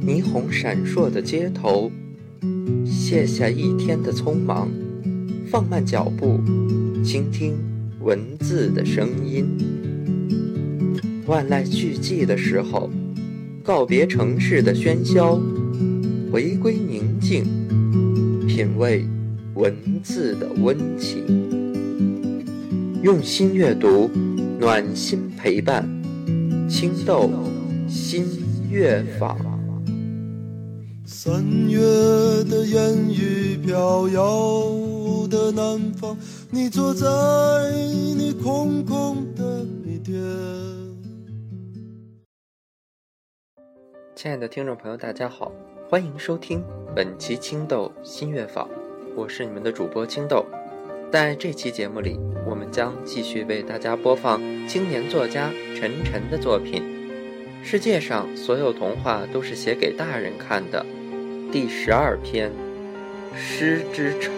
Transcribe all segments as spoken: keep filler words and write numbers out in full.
霓虹闪烁的街头，卸下一天的匆忙，放慢脚步，倾听文字的声音。万籁俱寂的时候，告别城市的喧嚣，回归宁静，品味文字的温情。用心阅读，暖心陪伴，青豆新月坊。 三月的烟雨飘摇的南方，你坐在你空空的米店。 亲爱的听众朋友大家好，欢迎收听本期青豆新月坊，我是你们的主播青豆。在这期节目里，我们将继续为大家播放青年作家陈晨的作品《世界上所有童话都是写给大人看的》第十二篇《诗之城》。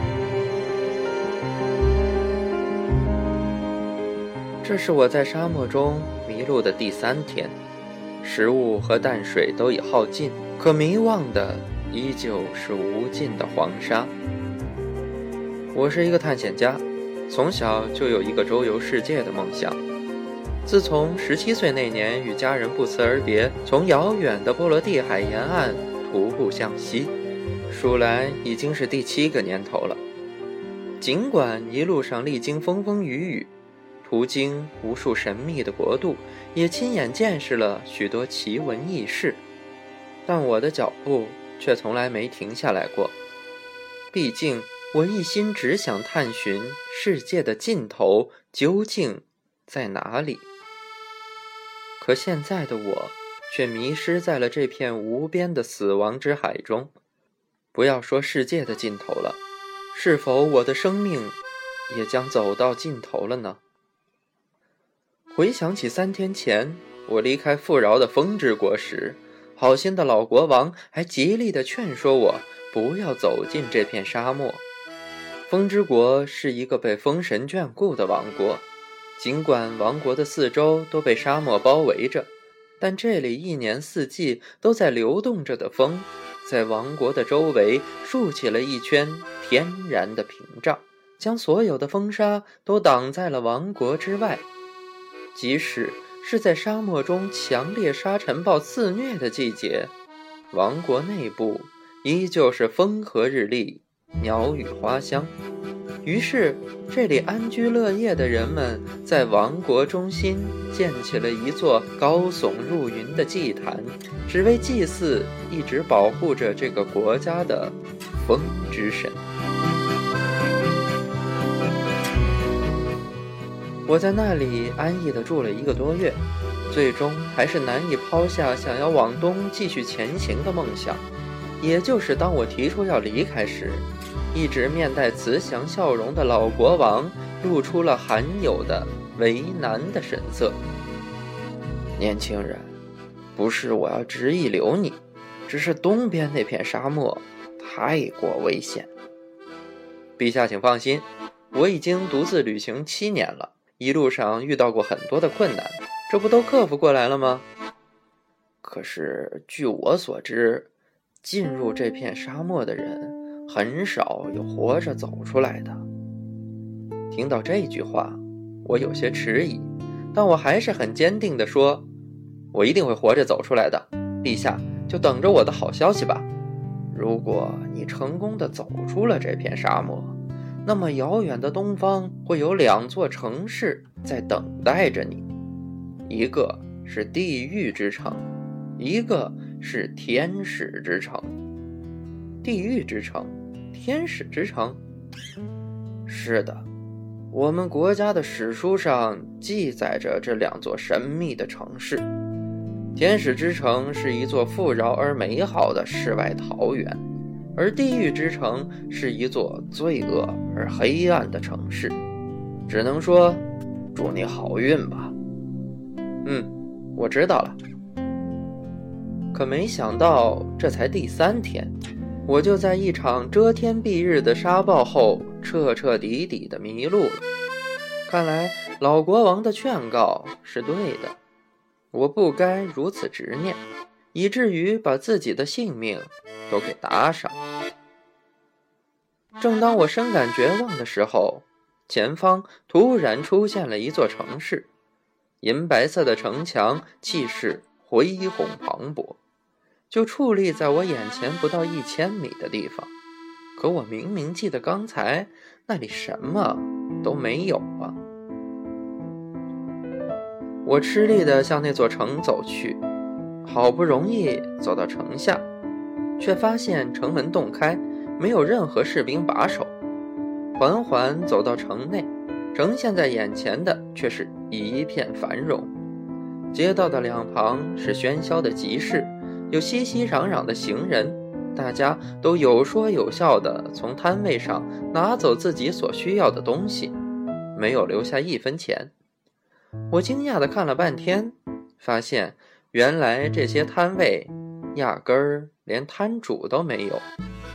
这是我在沙漠中迷路的第三天，食物和淡水都已耗尽，可迷望的依旧是无尽的黄沙。我是一个探险家，从小就有一个周游世界的梦想。自从十七岁那年与家人不辞而别，从遥远的波罗的海沿岸徒步向西，数来已经是第七个年头了。尽管一路上历经风风雨雨，途经无数神秘的国度，也亲眼见识了许多奇闻异事，但我的脚步却从来没停下来过。毕竟我一心只想探寻世界的尽头究竟在哪里。可现在的我却迷失在了这片无边的死亡之海中。不要说世界的尽头了，是否我的生命也将走到尽头了呢？回想起三天前我离开富饶的风之国时，好心的老国王还极力地劝说我不要走进这片沙漠。风之国是一个被风神眷顾的王国，尽管王国的四周都被沙漠包围着，但这里一年四季都在流动着的风，在王国的周围竖起了一圈天然的屏障，将所有的风沙都挡在了王国之外。即使是在沙漠中强烈沙尘暴肆虐的季节，王国内部依旧是风和日丽，鸟语花香。于是这里安居乐业的人们在王国中心建起了一座高耸入云的祭坛，只为祭祀一直保护着这个国家的风之神。我在那里安逸地住了一个多月，最终还是难以抛下想要往东继续前行的梦想。也就是当我提出要离开时，一直面带慈祥笑容的老国王露出了罕有的为难的神色。年轻人，不是我要执意留你，只是东边那片沙漠太过危险。陛下请放心，我已经独自旅行七年了，一路上遇到过很多的困难，这不都克服过来了吗？可是据我所知，进入这片沙漠的人很少有活着走出来的。听到这句话，我有些迟疑，但我还是很坚定地说，我一定会活着走出来的，陛下就等着我的好消息吧。如果你成功地走出了这片沙漠，那么遥远的东方会有两座城市在等待着你，一个是地狱之城，一个是天使之城。地狱之城，天使之城？是的，我们国家的史书上记载着这两座神秘的城市。天使之城是一座富饶而美好的世外桃源，而地狱之城是一座罪恶而黑暗的城市。只能说，祝你好运吧。嗯，我知道了。可没想到，这才第三天，我就在一场遮天蔽日的沙暴后彻彻底底的迷路了。看来老国王的劝告是对的，我不该如此执念， 以至于把自己的性命都给搭上。正当我深感绝望的时候，前方突然出现了一座城市，银白色的城墙气势恢宏磅礴，就矗立在我眼前不到一千米的地方。可我明明记得刚才那里什么都没有啊！我吃力地向那座城走去，好不容易走到城下，却发现城门洞开，没有任何士兵把守。缓缓走到城内，呈现在眼前的却是一片繁荣。街道的两旁是喧嚣的集市，有熙熙攘攘的行人，大家都有说有笑地从摊位上拿走自己所需要的东西，没有留下一分钱。我惊讶地看了半天，发现原来这些摊位压根儿连摊主都没有。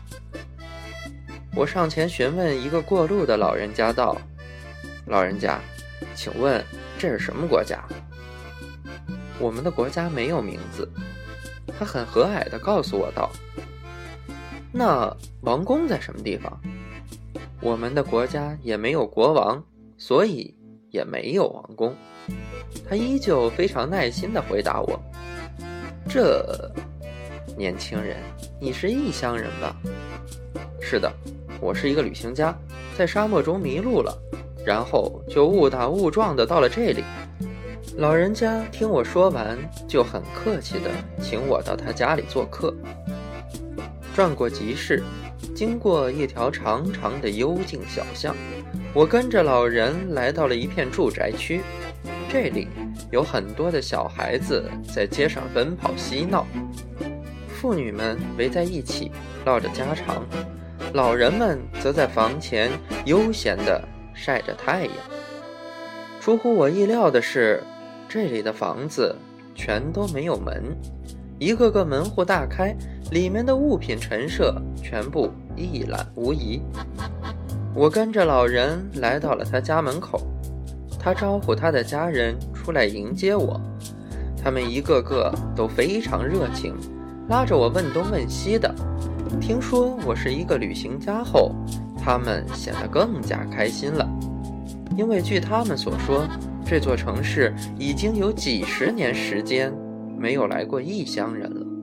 我上前询问一个过路的老人家道：“老人家，请问这是什么国家？”“我们的国家没有名字。”他很和蔼地告诉我道。“那王宫在什么地方？”“我们的国家也没有国王，所以也没有王宫。”他依旧非常耐心地回答我。“这……年轻人，你是异乡人吧？”“是的，我是一个旅行家，在沙漠中迷路了，然后就误打误撞地到了这里。”老人家听我说完，就很客气地请我到他家里做客。转过集市，经过一条长长的幽静小巷，我跟着老人来到了一片住宅区。这里有很多的小孩子在街上奔跑嬉闹，妇女们围在一起唠着家常，老人们则在房前悠闲地晒着太阳。出乎我意料的是，这里的房子全都没有门，一个个门户大开，里面的物品陈设全部一览无遗。我跟着老人来到了他家门口，他招呼他的家人出来迎接我，他们一个个都非常热情，拉着我问东问西的。听说我是一个旅行家后，他们显得更加开心了，因为据他们所说，这座城市已经有几十年时间没有来过异乡人了。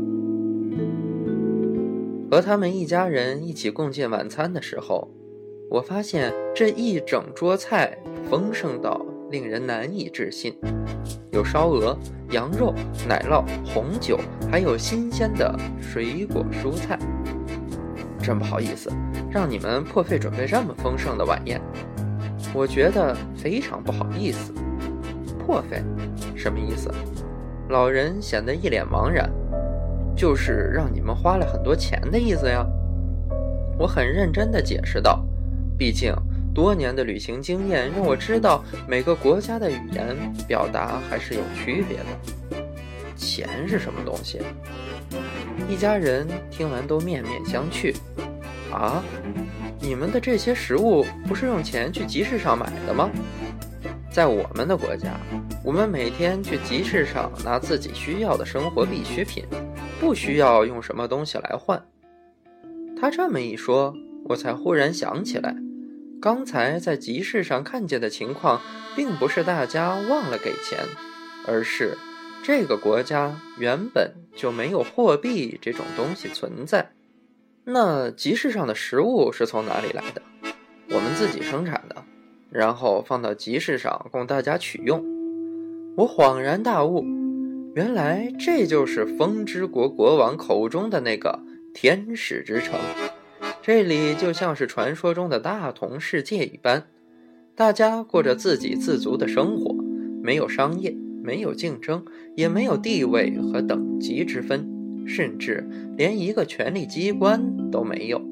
和他们一家人一起共进晚餐的时候，我发现这一整桌菜丰盛到令人难以置信，有烧鹅、羊肉、奶酪、红酒，还有新鲜的水果蔬菜。真不好意思，让你们破费准备这么丰盛的晚宴，我觉得非常不好意思。破费？什么意思？老人显得一脸茫然。就是让你们花了很多钱的意思呀。我很认真地解释道，毕竟多年的旅行经验让我知道每个国家的语言表达还是有区别的。钱是什么东西？一家人听完都面面相觑。啊，你们的这些食物不是用钱去集市上买的吗？在我们的国家，我们每天去集市上拿自己需要的生活必需品，不需要用什么东西来换。他这么一说，我才忽然想起来，刚才在集市上看见的情况并不是大家忘了给钱，而是这个国家原本就没有货币这种东西存在。那集市上的食物是从哪里来的？我们自己生产的，然后放到集市上供大家取用。我恍然大悟，原来这就是风之国国王口中的那个天使之城。这里就像是传说中的大同世界一般，大家过着自给自足的生活，没有商业，没有竞争，也没有地位和等级之分，甚至连一个权力机关都没有。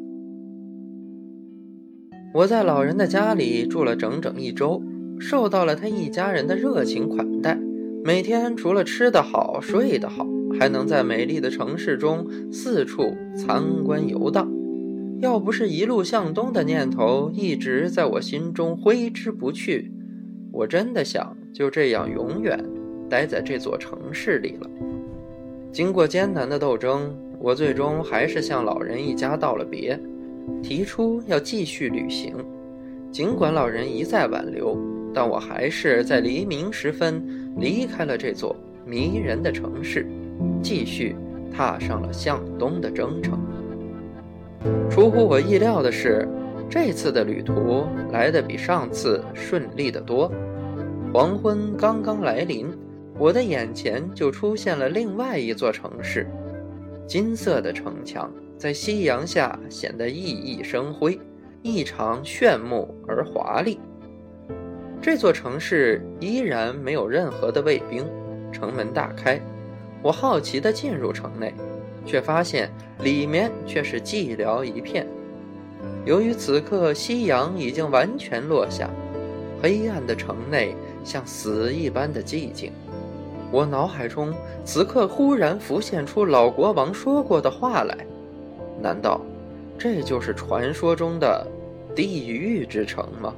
我在老人的家里住了整整一周，受到了他一家人的热情款待，每天除了吃得好睡得好，还能在美丽的城市中四处参观游荡。要不是一路向东的念头一直在我心中挥之不去，我真的想就这样永远待在这座城市里了。 经过艰难的斗争，我最终还是向老人一家道了别，提出要继续旅行。尽管老人一再挽留，但我还是在黎明时分离开了这座迷人的城市，继续踏上了向东的征程。出乎我意料的是，这次的旅途来得比上次顺利得多。黄昏刚刚来临，我的眼前就出现了另外一座城市，金色的城墙在夕阳下显得熠熠生辉，异常炫目而华丽。这座城市依然没有任何的卫兵，城门大开，我好奇地进入城内，却发现里面却是寂寥一片。由于此刻夕阳已经完全落下，黑暗的城内像死一般的寂静。我脑海中此刻忽然浮现出老国王说过的话来，难道这就是传说中的地狱之城吗？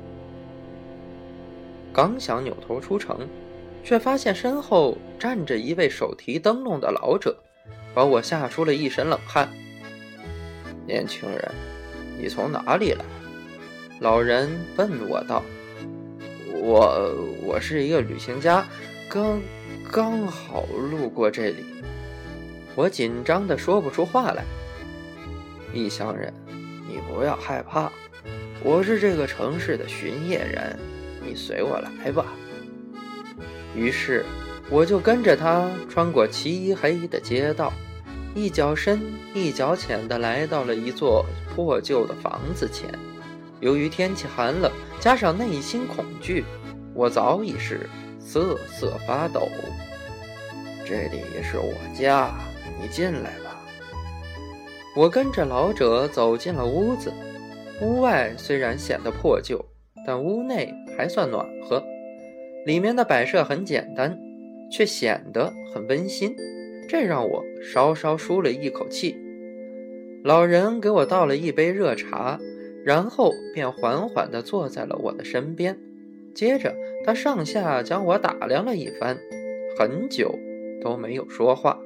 刚想扭头出城，却发现身后站着一位手提灯笼的老者，把我吓出了一身冷汗。年轻人，你从哪里来？老人问我道。我我是一个旅行家，刚刚好路过这里。我紧张地说不出话来。异乡人，你不要害怕，我是这个城市的巡夜人，你随我来吧。于是我就跟着他穿过漆黑的街道，一脚深一脚浅地来到了一座破旧的房子前。由于天气寒冷，加上内心恐惧，我早已是瑟瑟发抖。这里是我家，你进来吧。我跟着老者走进了屋子，屋外虽然显得破旧，但屋内还算暖和，里面的摆设很简单，却显得很温馨，这让我稍稍舒了一口气。老人给我倒了一杯热茶，然后便缓缓地坐在了我的身边，接着他上下将我打量了一番，很久都没有说话。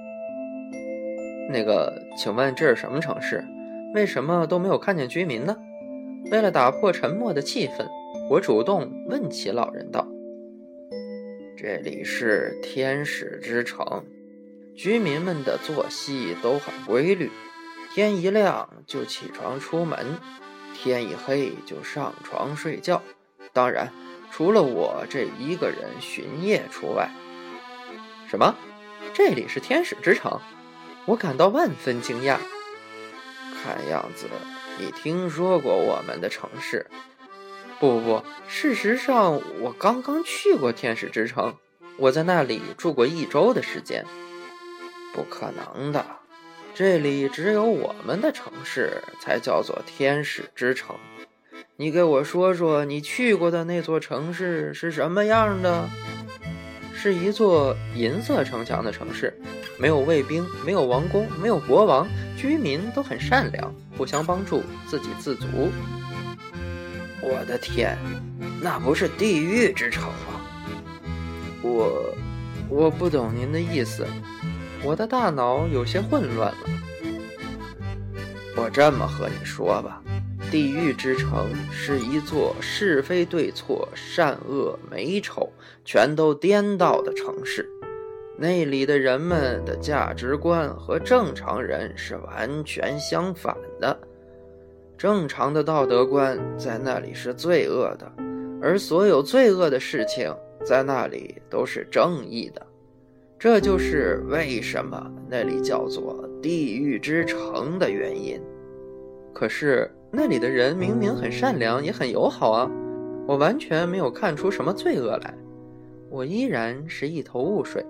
那个，请问这是什么城市？为什么都没有看见居民呢？为了打破沉默的气氛，我主动问起老人道。这里是天使之城，居民们的作息都很规律，天一亮就起床出门，天一黑就上床睡觉，当然除了我这一个人巡夜除外。什么？这里是天使之城？我感到万分惊讶。看样子你听说过我们的城市。不不不，事实上我刚刚去过天使之城，我在那里住过一周的时间。不可能的，这里只有我们的城市才叫做天使之城。你给我说说你去过的那座城市是什么样的？是一座银色城墙的城市，没有卫兵，没有王宫，没有国王，居民都很善良，互相帮助，自给自足。我的天，那不是地狱之城吗？我我不懂您的意思，我的大脑有些混乱了。我这么和你说吧，地狱之城是一座是非对错、善恶美丑全都颠倒的城市，那里的人们的价值观和正常人是完全相反的。正常的道德观在那里是罪恶的，而所有罪恶的事情在那里都是正义的。这就是为什么那里叫做地狱之城的原因。可是那里的人明明很善良，也很友好啊，我完全没有看出什么罪恶来。我依然是一头雾水。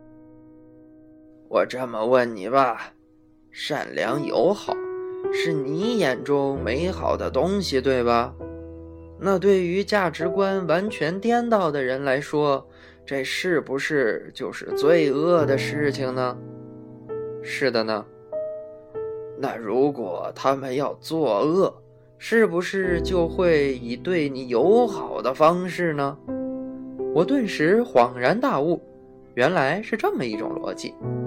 我这么问你吧，善良友好是你眼中美好的东西，对吧？那对于价值观完全颠倒的人来说，这是不是就是罪恶的事情呢？是的呢。那如果他们要作恶，是不是就会以对你友好的方式呢？我顿时恍然大悟，原来是这么一种逻辑。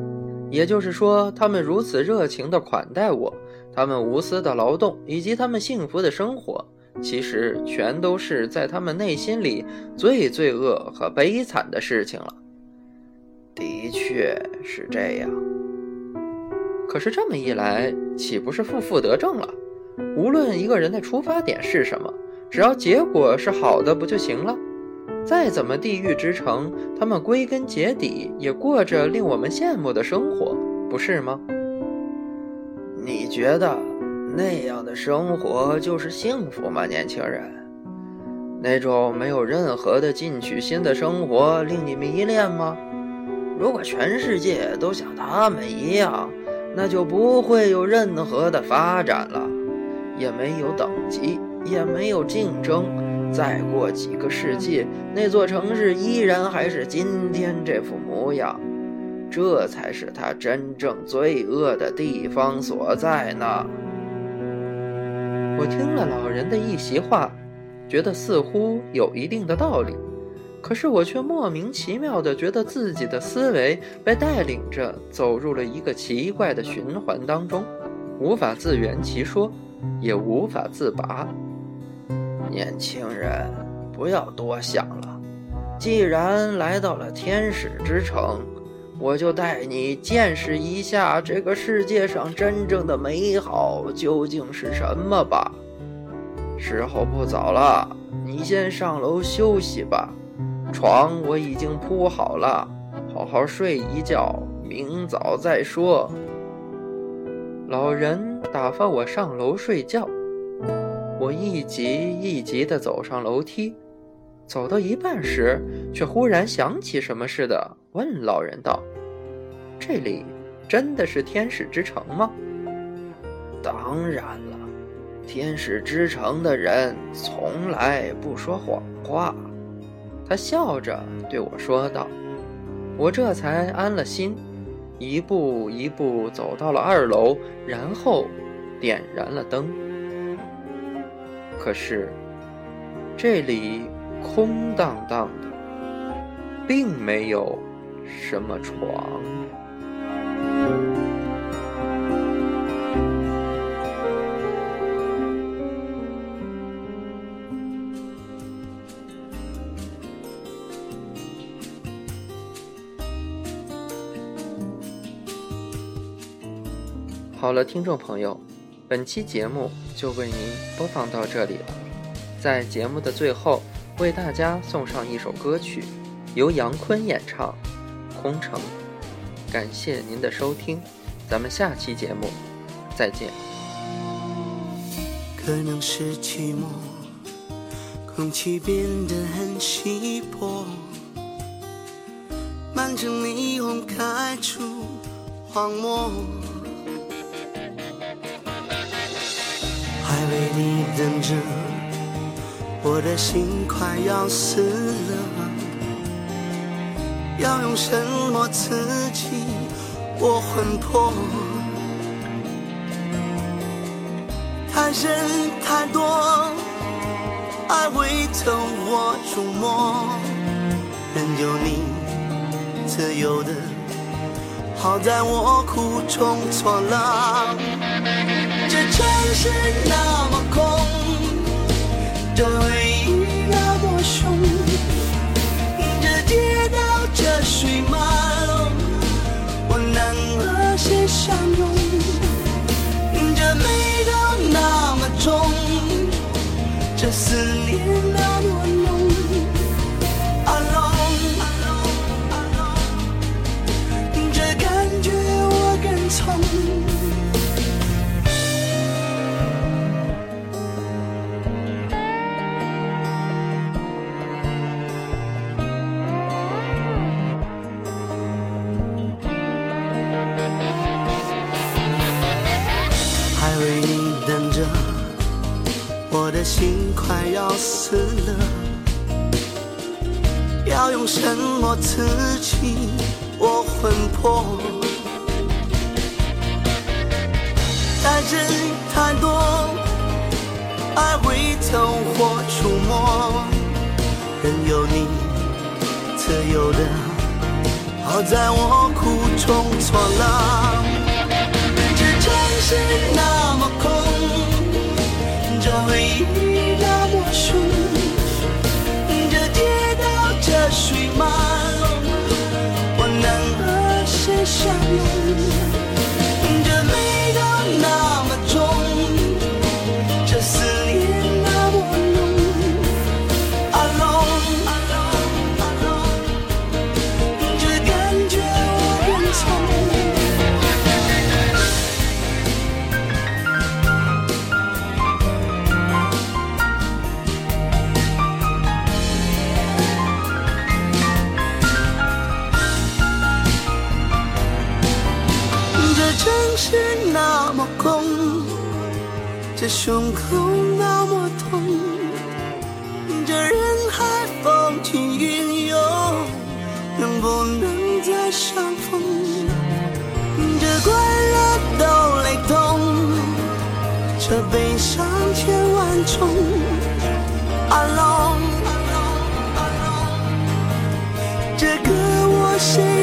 也就是说，他们如此热情地款待我，他们无私的劳动以及他们幸福的生活，其实全都是在他们内心里最罪恶和悲惨的事情了。 的确是这样。 可是这么一来，岂不是负负得正了？无论一个人的出发点是什么，只要结果是好的不就行了？再怎么地狱之城，他们归根结底也过着令我们羡慕的生活，不是吗？ 你觉得那样的生活就是幸福吗，年轻人？那种没有任何的进取心的生活令你迷恋吗？如果全世界都像他们一样，那就不会有任何的发展了，也没有等级，也没有竞争。再过几个世纪，那座城市依然还是今天这副模样，这才是它真正罪恶的地方所在呢。 我听了老人的一席话，觉得似乎有一定的道理，可是我却莫名其妙地觉得自己的思维被带领着走入了一个奇怪的循环当中，无法自圆其说，也无法自拔。 年轻人，不要多想了，既然来到了天使之城，我就带你见识一下这个世界上真正的美好究竟是什么吧。时候不早了，你先上楼休息吧，床我已经铺好了，好好睡一觉，明早再说。 老人打发我上楼睡觉，我一级一级地走上楼梯，走到一半时，却忽然想起什么似的，问老人道：“这里真的是天使之城吗？” 当然了，天使之城的人从来不说谎话。 他笑着对我说道。我这才安了心，一步一步走到了二楼，然后点燃了灯。可是这里空荡荡的，并没有什么床。好了，听众朋友，本期节目就为您播放到这里了。在节目的最后，为大家送上一首歌曲，由杨坤演唱《空城》。感谢您的收听，咱们下期节目再见。 可能是寂寞，空气变得很稀薄，满城霓虹开出荒漠，还为你等着，我的心快要死了，要用什么刺激我魂魄？太深太多，爱未透我触摸，任由你自由的，好在我苦中作乐。这城市那么空，这回忆那么凶，这街道这水马龙，我能和谁相拥？这美都那么重，这思念那么浓。Alone， 这感觉我更从。还为你等着，我的心快要死了，要用什么刺激我魂魄？太真太多，爱未透或触摸，任由你自由的，好在我苦冲错了。这城市那么空，这回忆那么凶，这街道这水马龙，我能和谁相拥？这味道那么重，这思念那么浓。Alone, alone, alone， 这感觉我很痛。这城市那么空，这胸口那么痛，这人海风起云涌，能不能再相逢？这快乐都雷同，这悲伤千万重。Alone, alone, alone， 这歌我谁